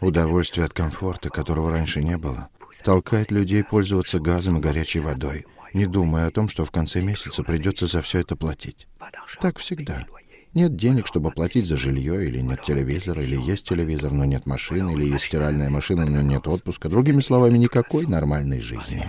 Удовольствие от комфорта, которого раньше не было, толкает людей пользоваться газом и горячей водой, не думая о том, что в конце месяца придется за все это платить. Так всегда. Нет денег, чтобы платить за жилье, или нет телевизора, или есть телевизор, но нет машины, или есть стиральная машина, но нет отпуска. Другими словами, никакой нормальной жизни.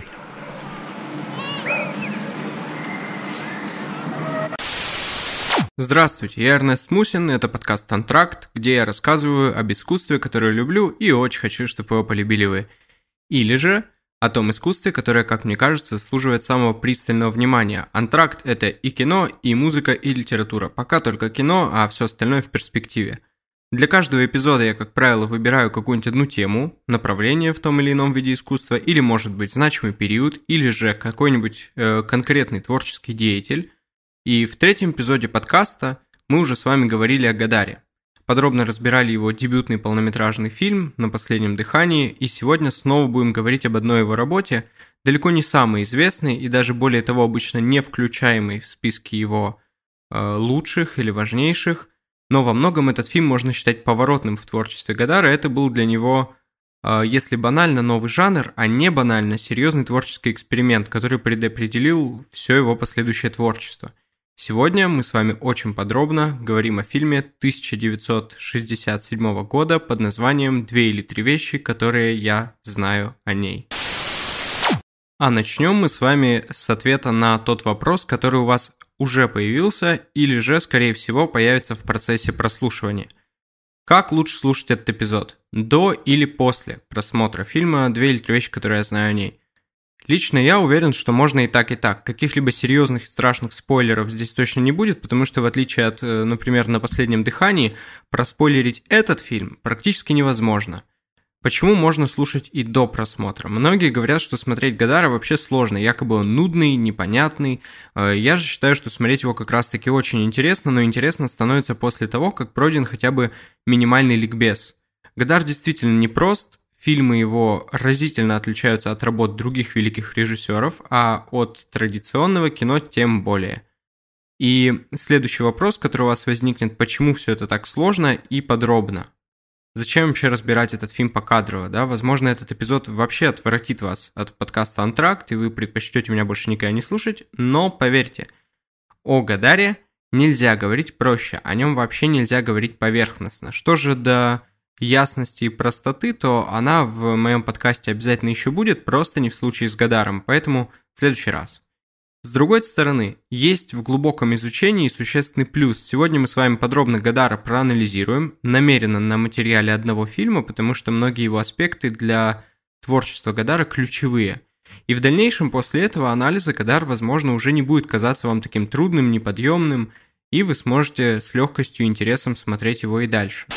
Здравствуйте, я Эрнест Мусин, это подкаст «Антракт», где я рассказываю об искусстве, которое люблю и очень хочу, чтобы его полюбили вы. Или же о том искусстве, которое, как мне кажется, заслуживает самого пристального внимания. «Антракт» — это и кино, и музыка, и литература. Пока только кино, а все остальное в перспективе. Для каждого эпизода я, как правило, выбираю какую-нибудь одну тему, направление в том или ином виде искусства, или, может быть, значимый период, или же какой-нибудь конкретный творческий деятель. И в третьем эпизоде подкаста мы уже с вами говорили о Гадаре. Подробно разбирали его дебютный полнометражный фильм «На последнем дыхании», и сегодня снова будем говорить об одной его работе, далеко не самой известной и даже более того обычно не включаемой в списки его лучших или важнейших, но во многом этот фильм можно считать поворотным в творчестве Гадара. Это был для него, если банально, новый жанр, а не банально серьезный творческий эксперимент, который предопределил все его последующее творчество. Сегодня мы с вами очень подробно говорим о фильме 1967 года под названием «Две или три вещи, которые я знаю о ней». А начнем мы с вами с ответа на тот вопрос, который у вас уже появился или же, скорее всего, появится в процессе прослушивания. Как лучше слушать этот эпизод? До или после просмотра фильма «Две или три вещи, которые я знаю о ней»? Лично я уверен, что можно и так, и так. Каких-либо серьезных и страшных спойлеров здесь точно не будет, потому что в отличие от, например, «На последнем дыхании», проспойлерить этот фильм практически невозможно. Почему можно слушать и до просмотра? Многие говорят, что смотреть Гадара вообще сложно, якобы он нудный, непонятный. Я же считаю, что смотреть его как раз-таки очень интересно, но интересно становится после того, как пройден хотя бы минимальный ликбез. Гадар действительно непрост. Фильмы его разительно отличаются от работ других великих режиссеров, а от традиционного кино тем более. И следующий вопрос, который у вас возникнет, почему все это так сложно и подробно? Зачем вообще разбирать этот фильм покадрово, да? Возможно, этот эпизод вообще отвратит вас от подкаста «Антракт», и вы предпочтете меня больше никогда не слушать, но поверьте, о Гадаре нельзя говорить проще, о нем вообще нельзя говорить поверхностно. Что же до ясности и простоты, то она в моем подкасте обязательно еще будет, просто не в случае с Гадаром, поэтому в следующий раз. С другой стороны, есть в глубоком изучении существенный плюс. Сегодня мы с вами подробно Гадара проанализируем, намеренно на материале одного фильма, потому что многие его аспекты для творчества Гадара ключевые. И в дальнейшем после этого анализа Гадар, возможно, уже не будет казаться вам таким трудным, неподъемным, и вы сможете с легкостью и интересом смотреть его и дальше.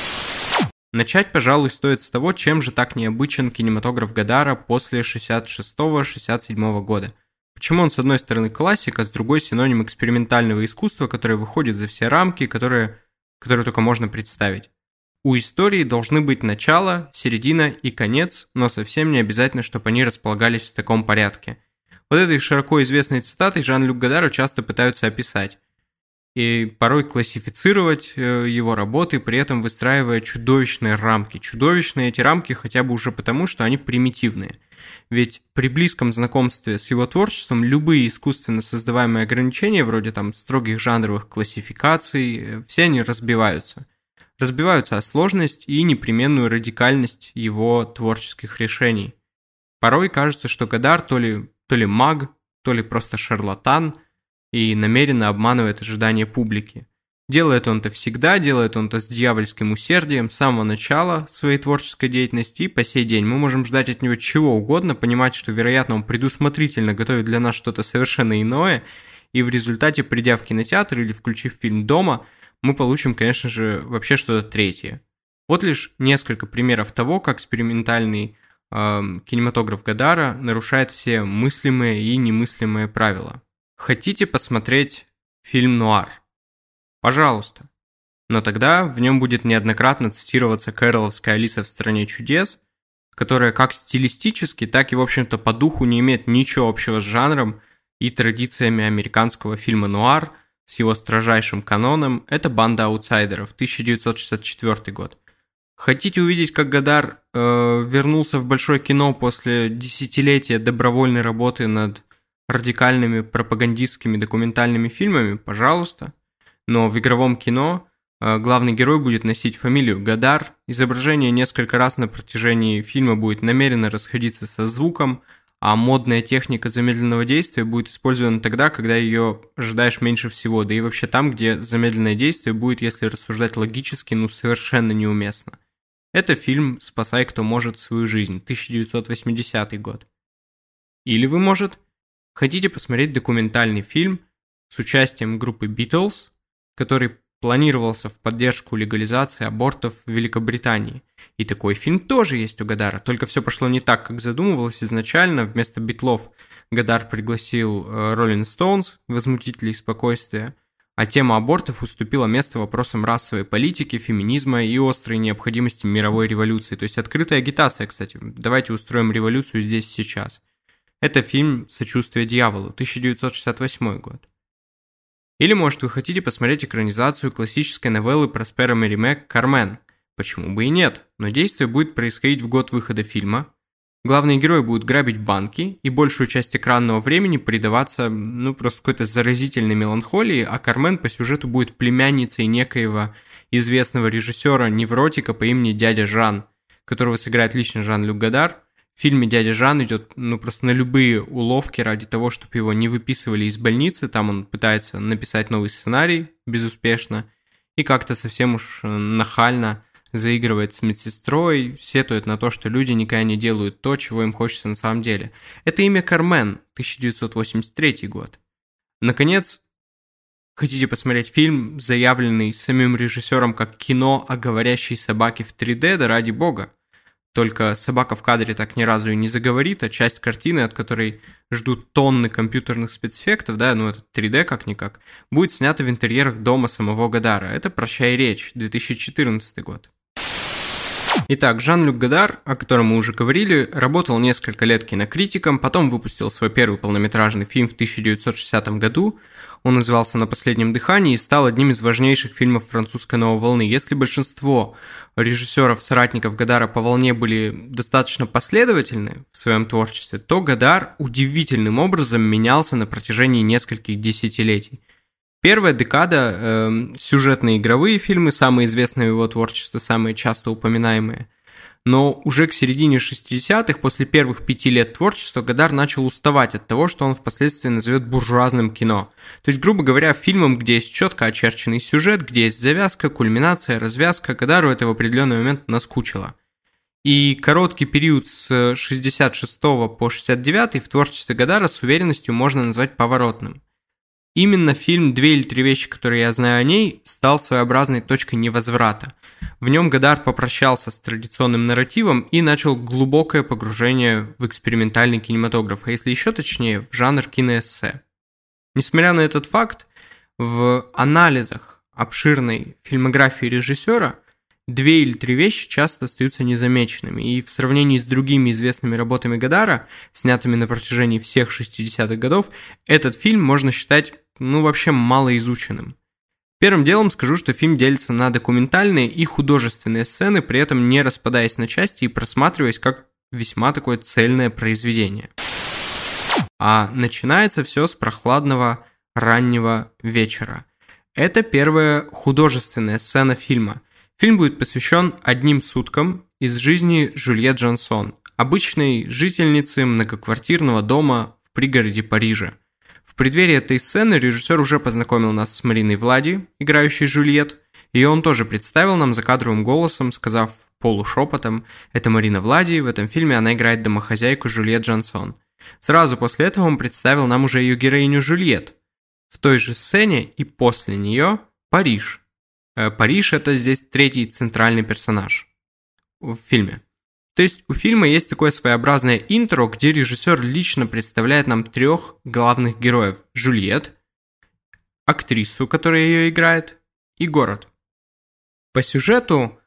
Начать, пожалуй, стоит с того, чем же так необычен кинематограф Гадара после 1966-1967 года. Почему он, с одной стороны, классик, а с другой синоним экспериментального искусства, которое выходит за все рамки, которые только можно представить. У истории должны быть начало, середина и конец, но совсем не обязательно, чтобы они располагались в таком порядке. Вот этой широко известной цитатой Жан-Люк Гадара часто пытаются описать. И порой классифицировать его работы, при этом выстраивая чудовищные рамки. Чудовищные эти рамки хотя бы уже потому, что они примитивные. Ведь при близком знакомстве с его творчеством любые искусственно создаваемые ограничения, вроде там строгих жанровых классификаций, все они разбиваются. Разбиваются о сложность и непременную радикальность его творческих решений. Порой кажется, что Гадар то ли маг, то ли просто шарлатан, и намеренно обманывает ожидания публики. Делает он это всегда, делает он это с дьявольским усердием с самого начала своей творческой деятельности и по сей день. Мы можем ждать от него чего угодно, понимать, что, вероятно, он предусмотрительно готовит для нас что-то совершенно иное, и в результате, придя в кинотеатр или включив фильм дома, мы получим, конечно же, вообще что-то третье. Вот лишь несколько примеров того, как экспериментальный кинематограф Гадара нарушает все мыслимые и немыслимые правила. Хотите посмотреть фильм «Нуар»? Пожалуйста. Но тогда в нем будет неоднократно цитироваться кэрролловская «Алиса в стране чудес», которая как стилистически, так и, в общем-то, по духу не имеет ничего общего с жанром и традициями американского фильма «Нуар», с его строжайшим каноном. Это «Банда аутсайдеров», 1964 год. Хотите увидеть, как Годар вернулся в большое кино после десятилетия добровольной работы над радикальными пропагандистскими документальными фильмами? Пожалуйста. Но в игровом кино главный герой будет носить фамилию Годар, изображение несколько раз на протяжении фильма будет намеренно расходиться со звуком, а модная техника замедленного действия будет использована тогда, когда ее ожидаешь меньше всего, да и вообще там, где замедленное действие будет, если рассуждать логически, совершенно неуместно. Это фильм «Спасай, кто может свою жизнь», 1980 год. Или вы, может, хотите посмотреть документальный фильм с участием группы Beatles, который планировался в поддержку легализации абортов в Великобритании. И такой фильм тоже есть у Годара, только все пошло не так, как задумывалось изначально. Вместо Битлов Годар пригласил Rolling Stones, возмутителей спокойствия, а тема абортов уступила место вопросам расовой политики, феминизма и острой необходимости мировой революции. То есть открытая агитация, кстати. Давайте устроим революцию здесь сейчас. Это фильм «Сочувствие дьяволу», 1968 год. Или, может, вы хотите посмотреть экранизацию классической новеллы Проспера Мериме «Кармен». Почему бы и нет? Но действие будет происходить в год выхода фильма. Главные герои будут грабить банки, и большую часть экранного времени предаваться, просто какой-то заразительной меланхолии, а Кармен по сюжету будет племянницей некоего известного режиссера-невротика по имени дядя Жан, которого сыграет лично Жан-Люк Годар. В фильме дядя Жан идет просто на любые уловки ради того, чтобы его не выписывали из больницы. Там он пытается написать новый сценарий безуспешно и как-то совсем уж нахально заигрывает с медсестрой, сетует на то, что люди никогда не делают то, чего им хочется на самом деле. Это имя Кармен, 1983 год. Наконец, хотите посмотреть фильм, заявленный самим режиссером как кино о говорящей собаке в 3D, да ради бога. Только собака в кадре так ни разу и не заговорит, а часть картины, от которой ждут тонны компьютерных спецэффектов, это 3D как-никак, будет снята в интерьерах дома самого Годара. Это «Прощай, речь», 2014 год. Итак, Жан-Люк Годар, о котором мы уже говорили, работал несколько лет кинокритиком, потом выпустил свой первый полнометражный фильм в 1960 году. Он назывался «На последнем дыхании» и стал одним из важнейших фильмов французской новой волны. Если большинство режиссеров-соратников Годара по волне были достаточно последовательны в своем творчестве, то Годар удивительным образом менялся на протяжении нескольких десятилетий. Первая декада сюжетные игровые фильмы, самые известные в его творчестве, самые часто упоминаемые. Но уже к середине 60-х, после первых 5 лет творчества, Годар начал уставать от того, что он впоследствии назовет буржуазным кино. То есть, грубо говоря, фильмом, где есть четко очерченный сюжет, где есть завязка, кульминация, развязка, Годару это в определенный момент наскучило. И короткий период с 66 по 69 в творчестве Годара с уверенностью можно назвать поворотным. Именно фильм «Две или три вещи, которые я знаю о ней» стал своеобразной точкой невозврата. В нем Годар попрощался с традиционным нарративом и начал глубокое погружение в экспериментальный кинематограф, а если еще точнее, в жанр киноэссе. Несмотря на этот факт, в анализах обширной фильмографии режиссера две или три вещи часто остаются незамеченными, и в сравнении с другими известными работами Годара, снятыми на протяжении всех 60-х годов, этот фильм можно считать вообще малоизученным. Первым делом скажу, что фильм делится на документальные и художественные сцены, при этом не распадаясь на части и просматриваясь как весьма такое цельное произведение. А начинается все с прохладного раннего вечера. Это первая художественная сцена фильма. Фильм будет посвящен одним суткам из жизни Жюльет Жансон, обычной жительницы многоквартирного дома в пригороде Парижа. В преддверии этой сцены режиссер уже познакомил нас с Мариной Влади, играющей Жюльет, и он тоже представил нам закадровым голосом, сказав полушепотом: «Это Марина Влади, в этом фильме она играет домохозяйку Жюльет Жансон». Сразу после этого он представил нам уже ее героиню Жюльет. В той же сцене и после нее Париж. Париж – это здесь третий центральный персонаж в фильме. То есть у фильма есть такое своеобразное интро, где режиссер лично представляет нам трех главных героев – Жюльет, актрису, которая ее играет, и город. По сюжету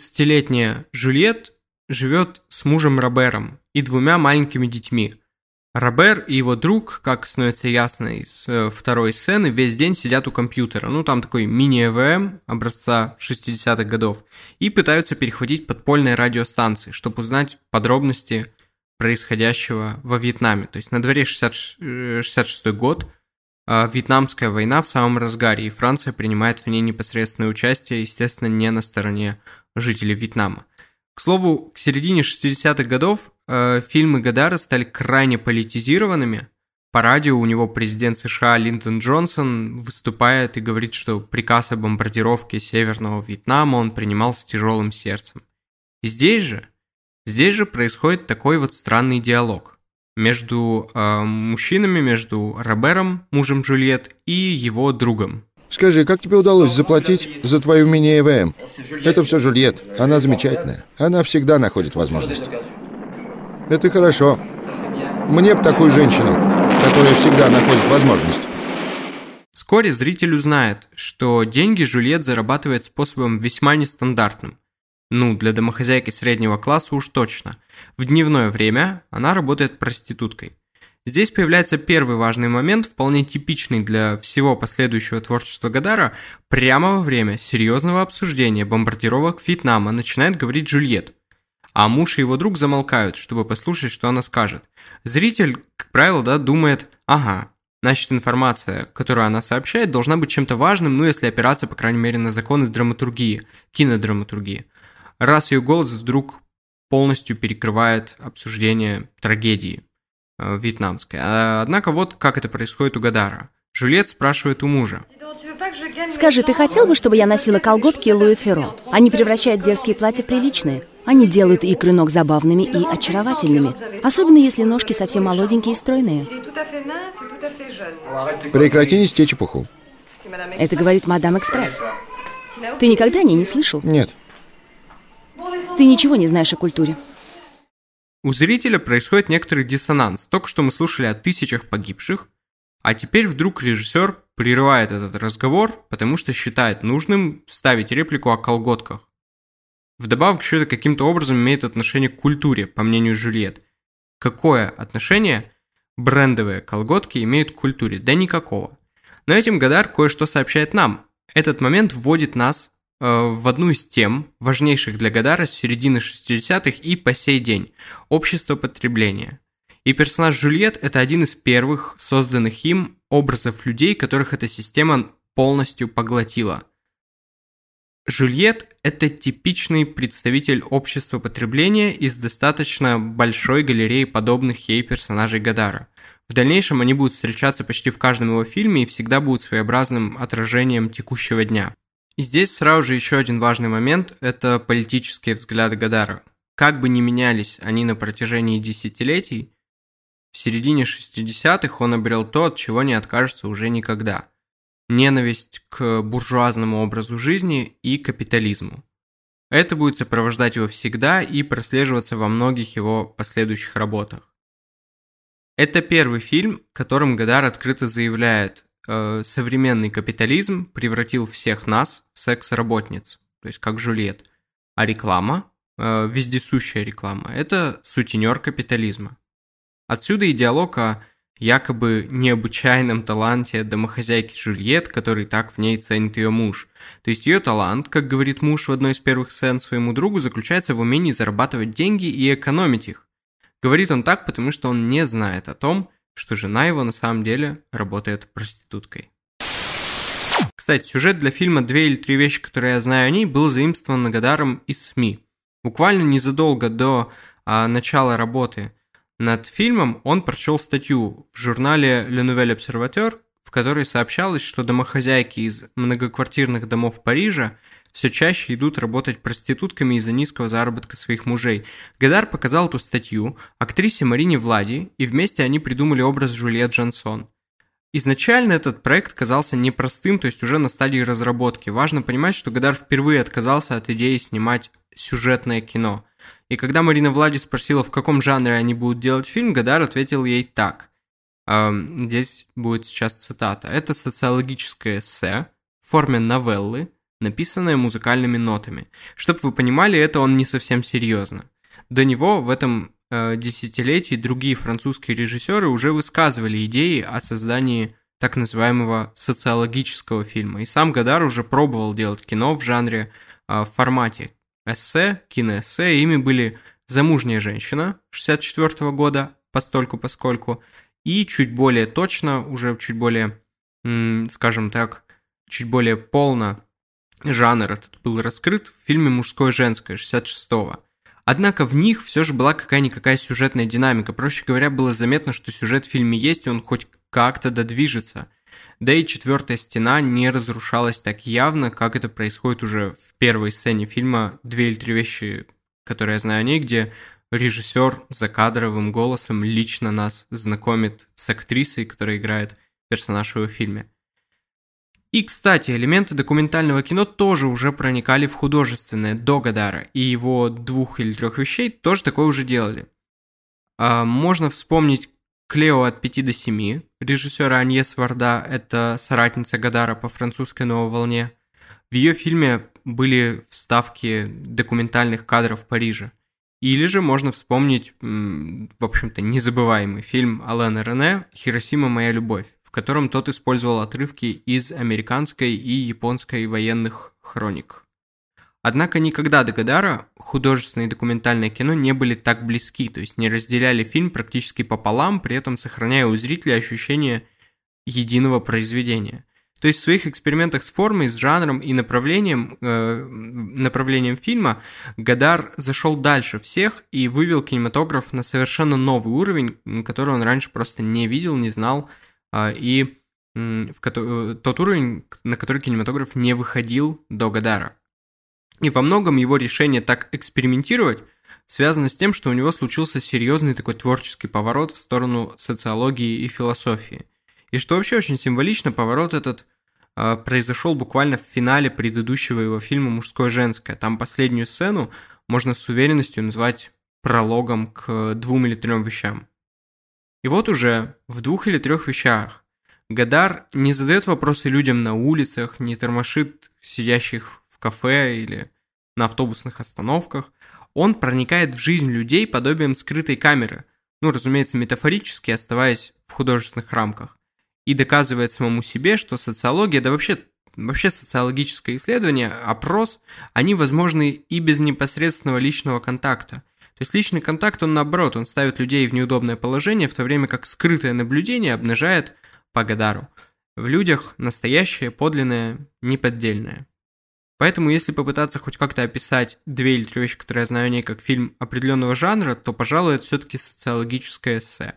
30-летняя Жюльет живет с мужем Робером и двумя маленькими детьми. Робер и его друг, как становится ясно из второй сцены, весь день сидят у компьютера, там такой мини-ЭВМ образца 60-х годов, и пытаются перехватить подпольные радиостанции, чтобы узнать подробности происходящего во Вьетнаме. То есть на дворе 66-й год, Вьетнамская война в самом разгаре, и Франция принимает в ней непосредственное участие, естественно, не на стороне жителей Вьетнама. К слову, к середине 60-х годов фильмы Годара стали крайне политизированными. По радио у него президент США Линдон Джонсон выступает и говорит, что приказ о бомбардировке Северного Вьетнама он принимал с тяжелым сердцем. И здесь же происходит такой вот странный диалог между мужчинами, между Робером, мужем Джульетт, и его другом. Скажи, как тебе удалось заплатить за твою мини-ЭВМ? Это все Жюльетт. Она замечательная. Она всегда находит возможность. Это хорошо. Мне б такую женщину, которая всегда находит возможность. Вскоре зритель узнает, что деньги Жюльетт зарабатывает способом весьма нестандартным. Для домохозяйки среднего класса уж точно. В дневное время она работает проституткой. Здесь появляется первый важный момент, вполне типичный для всего последующего творчества Годара. Прямо во время серьезного обсуждения бомбардировок Вьетнама начинает говорить Жюльетт, а муж и его друг замолкают, чтобы послушать, что она скажет. Зритель, как правило, думает, значит, информация, которую она сообщает, должна быть чем-то важным, если опираться, по крайней мере, на законы драматургии, кинодраматургии. Раз ее голос вдруг полностью перекрывает обсуждение трагедии вьетнамской. Однако вот как это происходит у Годара. Жюльетт спрашивает у мужа. Скажи, ты хотел бы, чтобы я носила колготки Луи Ферро? Они превращают дерзкие платья в приличные. Они делают икры ног забавными и очаровательными. Особенно если ножки совсем молоденькие и стройные. Прекрати нести чепуху. Это говорит мадам Экспресс. Ты никогда о ней не слышал? Нет. Ты ничего не знаешь о культуре. У зрителя происходит некоторый диссонанс. Только что мы слушали о тысячах погибших, а теперь вдруг режиссер прерывает этот разговор, потому что считает нужным вставить реплику о колготках. Вдобавок еще это каким-то образом имеет отношение к культуре, по мнению Жюльетт. Какое отношение брендовые колготки имеют к культуре? Да никакого. Но этим Годар кое-что сообщает нам. Этот момент вводит нас в одну из тем, важнейших для Годара с середины 60-х и по сей день – общество потребления. И персонаж Жюльетт – это один из первых созданных им образов людей, которых эта система полностью поглотила. Жюльетт – это типичный представитель общества потребления из достаточно большой галереи подобных ей персонажей Годара. В дальнейшем они будут встречаться почти в каждом его фильме и всегда будут своеобразным отражением текущего дня. И здесь сразу же еще один важный момент – это политические взгляды Годара. Как бы ни менялись они на протяжении десятилетий, в середине 60-х он обрел то, от чего не откажется уже никогда – ненависть к буржуазному образу жизни и капитализму. Это будет сопровождать его всегда и прослеживаться во многих его последующих работах. Это первый фильм, которым Годар открыто заявляет: современный капитализм превратил всех нас в секс-работниц, то есть как Жюльетт, а реклама, вездесущая реклама, это сутенер капитализма. Отсюда и диалог о якобы необычайном таланте домохозяйки Жюльетт, который так в ней ценит ее муж. То есть ее талант, как говорит муж в одной из первых сцен своему другу, заключается в умении зарабатывать деньги и экономить их. Говорит он так, потому что он не знает о том, что жена его на самом деле работает проституткой. Кстати, сюжет для фильма «Две или три вещи, которые я знаю о ней» был заимствован Годаром из СМИ. Буквально незадолго до начала работы над фильмом он прочел статью в журнале Le Nouvel Observateur, в которой сообщалось, что домохозяйки из многоквартирных домов Парижа все чаще идут работать проститутками из-за низкого заработка своих мужей. Годар показал эту статью актрисе Марине Влади, и вместе они придумали образ Жюльетт Жансон. Изначально этот проект казался непростым, то есть уже на стадии разработки. Важно понимать, что Годар впервые отказался от идеи снимать сюжетное кино. И когда Марина Влади спросила, в каком жанре они будут делать фильм, Годар ответил ей так. Здесь будет сейчас цитата. «Это социологическое эссе в форме новеллы, написанное музыкальными нотами». Чтобы вы понимали, это он не совсем серьезно. До него в этом десятилетий другие французские режиссеры уже высказывали идеи о создании так называемого социологического фильма. И сам Годар уже пробовал делать кино в жанре, в формате эссе, киноэссе. Ими были «Замужняя женщина» 1964 года, постольку-поскольку, и чуть более точно, уже чуть более, скажем так, чуть более полно жанр этот был раскрыт в фильме «Мужское и женское» 1966-го. Однако в них все же была какая-никакая сюжетная динамика. Проще говоря, было заметно, что сюжет в фильме есть, и он хоть как-то додвижется. Да и четвертая стена не разрушалась так явно, как это происходит уже в первой сцене фильма «Две или три вещи, которые я знаю о ней», где режиссер закадровым голосом лично нас знакомит с актрисой, которая играет персонаж в его фильме. И, кстати, элементы документального кино тоже уже проникали в художественное до Годара, и его «Двух или трех вещей» тоже такое уже делали. Можно вспомнить «Клео от 5 до 7» режиссера Аньес Варда, это соратница Годара по французской «Новой волне». В ее фильме были вставки документальных кадров Парижа. Или же можно вспомнить, в общем-то, незабываемый фильм Алена Рене «Хиросима. Моя любовь», в котором тот использовал отрывки из американской и японской военных хроник. Однако никогда до Годара художественное и документальное кино не были так близки, то есть не разделяли фильм практически пополам, при этом сохраняя у зрителя ощущение единого произведения. То есть в своих экспериментах с формой, с жанром и направлением фильма Годар зашел дальше всех и вывел кинематограф на совершенно новый уровень, который он раньше просто не видел, не знал, и тот уровень, на который кинематограф не выходил до Годара. И во многом его решение так экспериментировать связано с тем, что у него случился серьезный такой творческий поворот в сторону социологии и философии. И что вообще очень символично, поворот этот произошел буквально в финале предыдущего его фильма «Мужское и женское». Там последнюю сцену можно с уверенностью назвать прологом к 2 или 3 вещам. И вот уже в 2 или 3 вещах Годар не задает вопросы людям на улицах, не тормошит сидящих в кафе или на автобусных остановках. Он проникает в жизнь людей подобием скрытой камеры, разумеется, метафорически оставаясь в художественных рамках, и доказывает самому себе, что социология, да вообще социологическое исследование, опрос, они возможны и без непосредственного личного контакта. То есть личный контакт, он наоборот, он ставит людей в неудобное положение, в то время как скрытое наблюдение обнажает по Годару в людях настоящее, подлинное, неподдельное. Поэтому если попытаться хоть как-то описать 2 или 3 вещи, которые я знаю о ней, как фильм определенного жанра, то, пожалуй, это все-таки социологическое эссе.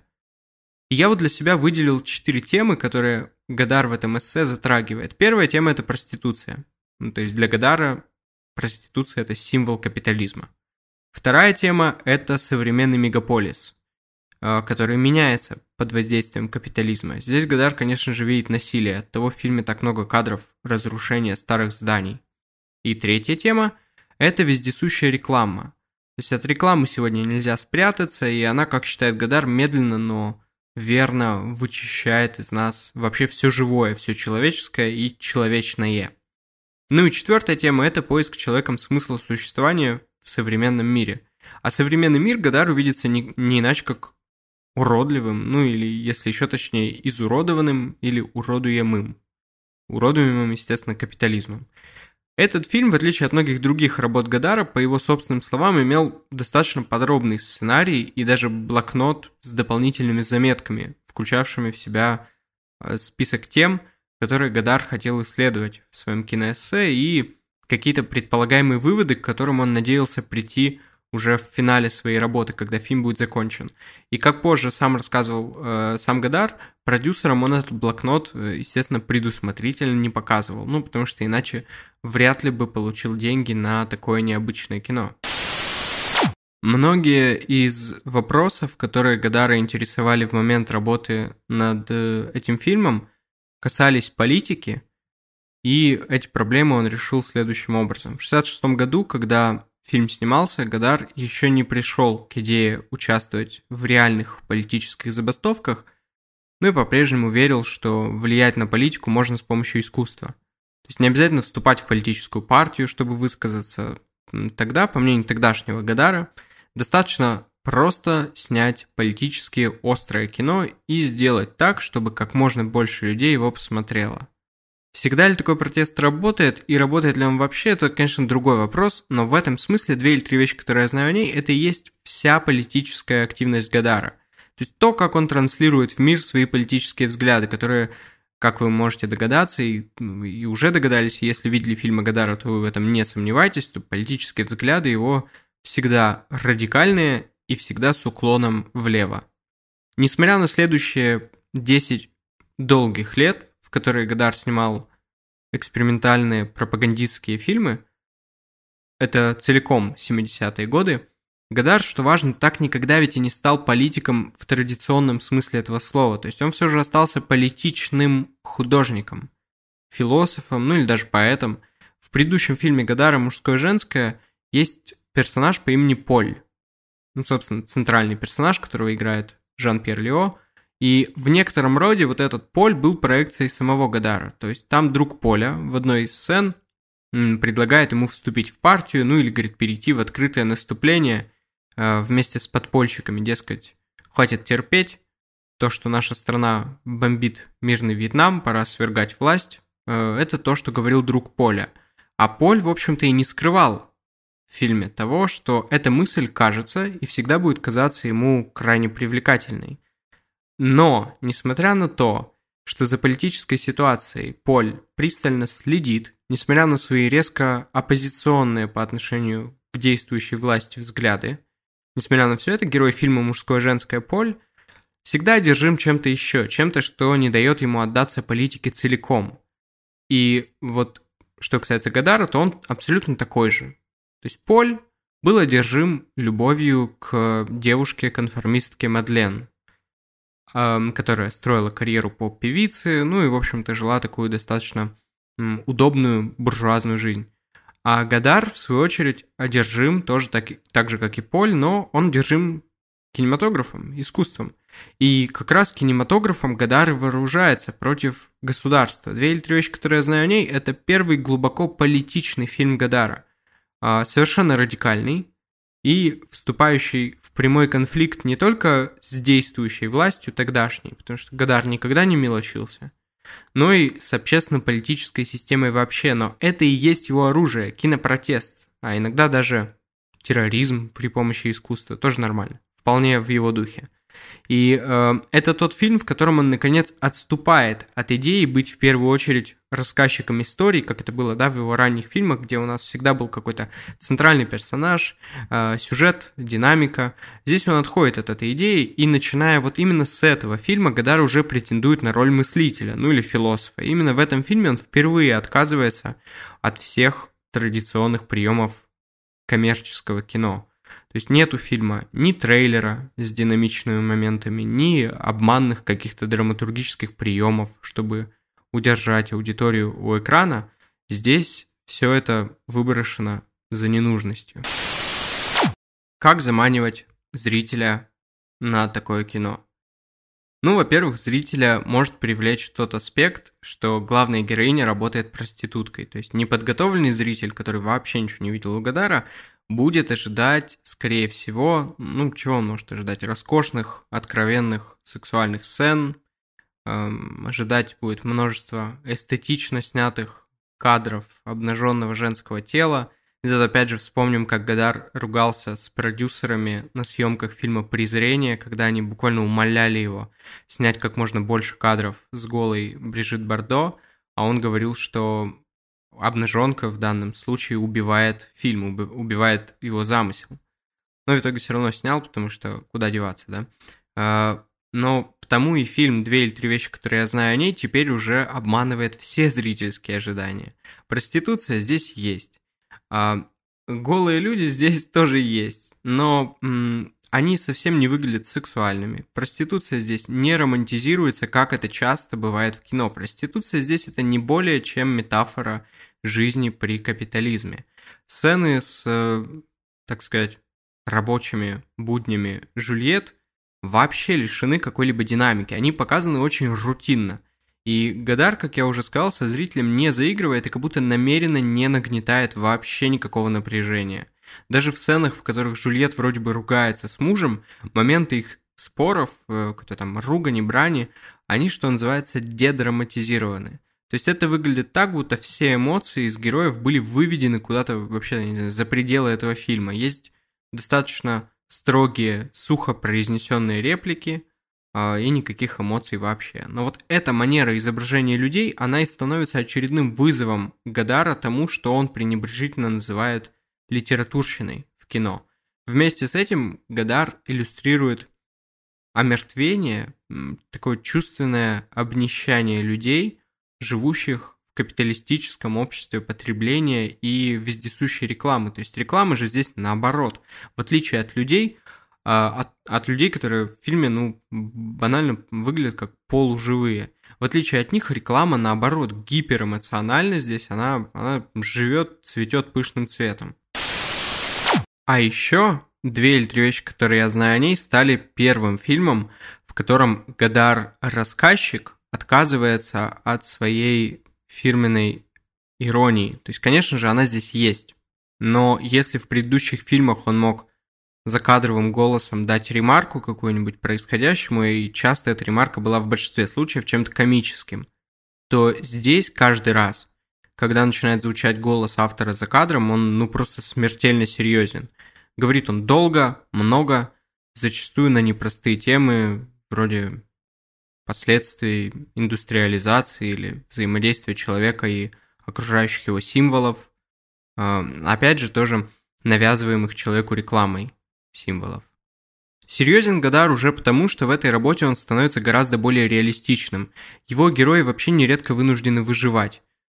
И я вот для себя выделил 4 темы, которые Годар в этом эссе затрагивает. Первая тема – это проституция. То есть для Годара проституция – это символ капитализма. Вторая тема – это современный мегаполис, который меняется под воздействием капитализма. Здесь Годар, конечно же, видит насилие, оттого в фильме так много кадров разрушения старых зданий. И третья тема – это вездесущая реклама. То есть от рекламы сегодня нельзя спрятаться, и она, как считает Годар, медленно, но верно вычищает из нас вообще все живое, все человеческое и человечное. Ну и четвертая тема – это поиск человеком смысла существования в современном мире. А современный мир Годар видится не иначе, как уродливым, или, если еще точнее, изуродованным или уродуемым. Уродуемым, естественно, капитализмом. Этот фильм, в отличие от многих других работ Годара, по его собственным словам, имел достаточно подробный сценарий и даже блокнот с дополнительными заметками, включавшими в себя список тем, которые Годар хотел исследовать в своем киноэссе, и какие-то предполагаемые выводы, к которым он надеялся прийти уже в финале своей работы, когда фильм будет закончен. И как позже сам рассказывал сам Годар, продюсерам он этот блокнот, естественно, предусмотрительно не показывал, потому что иначе вряд ли бы получил деньги на такое необычное кино. Многие из вопросов, которые Годара интересовали в момент работы над этим фильмом, касались политики, и эти проблемы он решил следующим образом. В 1966 году, когда фильм снимался, Годар еще не пришел к идее участвовать в реальных политических забастовках, но и по-прежнему верил, что влиять на политику можно с помощью искусства. То есть не обязательно вступать в политическую партию, чтобы высказаться. Тогда, по мнению тогдашнего Годара, достаточно просто снять политически острое кино и сделать так, чтобы как можно больше людей его посмотрело. Всегда ли такой протест работает, и работает ли он вообще, это, конечно, другой вопрос, но в этом смысле 2 или 3 вещи, которые я знаю о ней, это и есть вся политическая активность Годара. То есть то, как он транслирует в мир свои политические взгляды, которые, как вы можете догадаться, и уже догадались, если видели фильмы Годара, то вы в этом не сомневайтесь, то политические взгляды его всегда радикальные и всегда с уклоном влево. Несмотря на следующие 10 долгих лет, в которые Годар снимал экспериментальные пропагандистские фильмы, это целиком 70-е годы, Годар, что важно, так никогда ведь и не стал политиком в традиционном смысле этого слова, то есть он все же остался политичным художником, философом, ну или даже поэтом. В предыдущем фильме Годара «Мужское и женское» есть персонаж по имени Поль, ну, собственно, центральный персонаж, которого играет Жан-Пьер Лео. И в некотором роде вот этот Поль был проекцией самого Годара. То есть там друг Поля в одной из сцен предлагает ему вступить в партию, ну или, говорит, перейти в открытое наступление вместе с подпольщиками, дескать, хватит терпеть, то, что наша страна бомбит мирный Вьетнам, пора свергать власть. Это то, что говорил друг Поля. А Поль, в общем-то, и не скрывал в фильме того, что эта мысль кажется и всегда будет казаться ему крайне привлекательной. Но, несмотря на то, что за политической ситуацией Поль пристально следит, несмотря на свои резко оппозиционные по отношению к действующей власти взгляды, несмотря на все это, герой фильма «Мужское и женское» Поль всегда одержим чем-то еще, чем-то, что не дает ему отдаться политике целиком. И вот, что касается Годара, то он абсолютно такой же. То есть Поль был одержим любовью к девушке-конформистке Мадлен, которая строила карьеру поп-певицы, ну и, в общем-то, жила такую достаточно удобную буржуазную жизнь. А Годар, в свою очередь, одержим тоже так же, как и Поль, но он одержим кинематографом, искусством. И как раз кинематографом Годар вооружается против государства. 2 или 3 вещи, которые я знаю о ней, это первый глубоко политичный фильм Годара, совершенно радикальный и вступающий в прямой конфликт не только с действующей властью тогдашней, потому что Годар никогда не мелочился, но и с общественно-политической системой вообще. Но это и есть его оружие, кинопротест, а иногда даже терроризм при помощи искусства, тоже нормально, вполне в его духе. И это тот фильм, в котором он, наконец, отступает от идеи быть в первую очередь рассказчиком истории, как это было, да, в его ранних фильмах, где у нас всегда был какой-то центральный персонаж, сюжет, динамика. Здесь он отходит от этой идеи, и начиная вот именно с этого фильма Годар уже претендует на роль мыслителя, ну или философа. И именно в этом фильме он впервые отказывается от всех традиционных приемов коммерческого кино. То есть нету фильма ни трейлера с динамичными моментами, ни обманных каких-то драматургических приемов, чтобы удержать аудиторию у экрана. Здесь все это выброшено за ненужностью. Как заманивать зрителя на такое кино? Ну, во-первых, зрителя может привлечь тот аспект, что главная героиня работает проституткой. То есть неподготовленный зритель, который вообще ничего не видел у Годара, будет ожидать, скорее всего, ну, чего он может ожидать? Роскошных, откровенных сексуальных сцен, ожидать будет множество эстетично снятых кадров обнаженного женского тела. И тут опять же вспомним, как Годар ругался с продюсерами на съемках фильма «Презрение», когда они буквально умоляли его снять как можно больше кадров с голой Брижит Бардо, а он говорил, что обнаженка в данном случае убивает фильм, убивает его замысел. Но в итоге все равно снял, потому что куда деваться, да? Но потому и фильм «2 или 3 вещи, которые я знаю о ней» теперь уже обманывает все зрительские ожидания. Проституция здесь есть. Голые люди здесь тоже есть, но они совсем не выглядят сексуальными. Проституция здесь не романтизируется, как это часто бывает в кино. Проституция здесь это не более чем метафора жизни при капитализме. Сцены с, так сказать, рабочими буднями Жюльет вообще лишены какой-либо динамики. Они показаны очень рутинно. И Годар, как я уже сказал, со зрителем не заигрывает и как будто намеренно не нагнетает вообще никакого напряжения. Даже в сценах, в которых Жюльет вроде бы ругается с мужем, моменты их споров, какой-то там ругани, брани, они, что называется, дедраматизированы. То есть это выглядит так, будто все эмоции из героев были выведены куда-то вообще, не знаю, за пределы этого фильма. Есть достаточно строгие, сухо произнесенные реплики, и никаких эмоций вообще. Но вот эта манера изображения людей, она и становится очередным вызовом Годара тому, что он пренебрежительно называет литературщиной в кино. Вместе с этим Годар иллюстрирует омертвение, такое чувственное обнищание людей, живущих в капиталистическом обществе потребления и вездесущей рекламы. То есть реклама же здесь наоборот. В отличие от людей, от людей, которые в фильме, банально выглядят как полуживые. В отличие от них, реклама, наоборот, гиперэмоциональна здесь, она живет, цветет пышным цветом. А еще 2 или 3 вещи, которые я знаю о ней, стали первым фильмом, в котором Годар-рассказчик отказывается от своей фирменной иронии. То есть, конечно же, она здесь есть. Но если в предыдущих фильмах он мог закадровым голосом дать ремарку какую-нибудь происходящему, и часто эта ремарка была в большинстве случаев чем-то комическим, то здесь каждый раз, когда начинает звучать голос автора за кадром, он просто смертельно серьезен. Говорит он долго, много, зачастую на непростые темы, вроде последствий индустриализации или взаимодействия человека и окружающих его символов, опять же, тоже навязываемых человеку рекламой символов. Серьезен Годар уже потому, что в этой работе он становится гораздо более реалистичным. Его герои вообще нередко вынуждены выживать.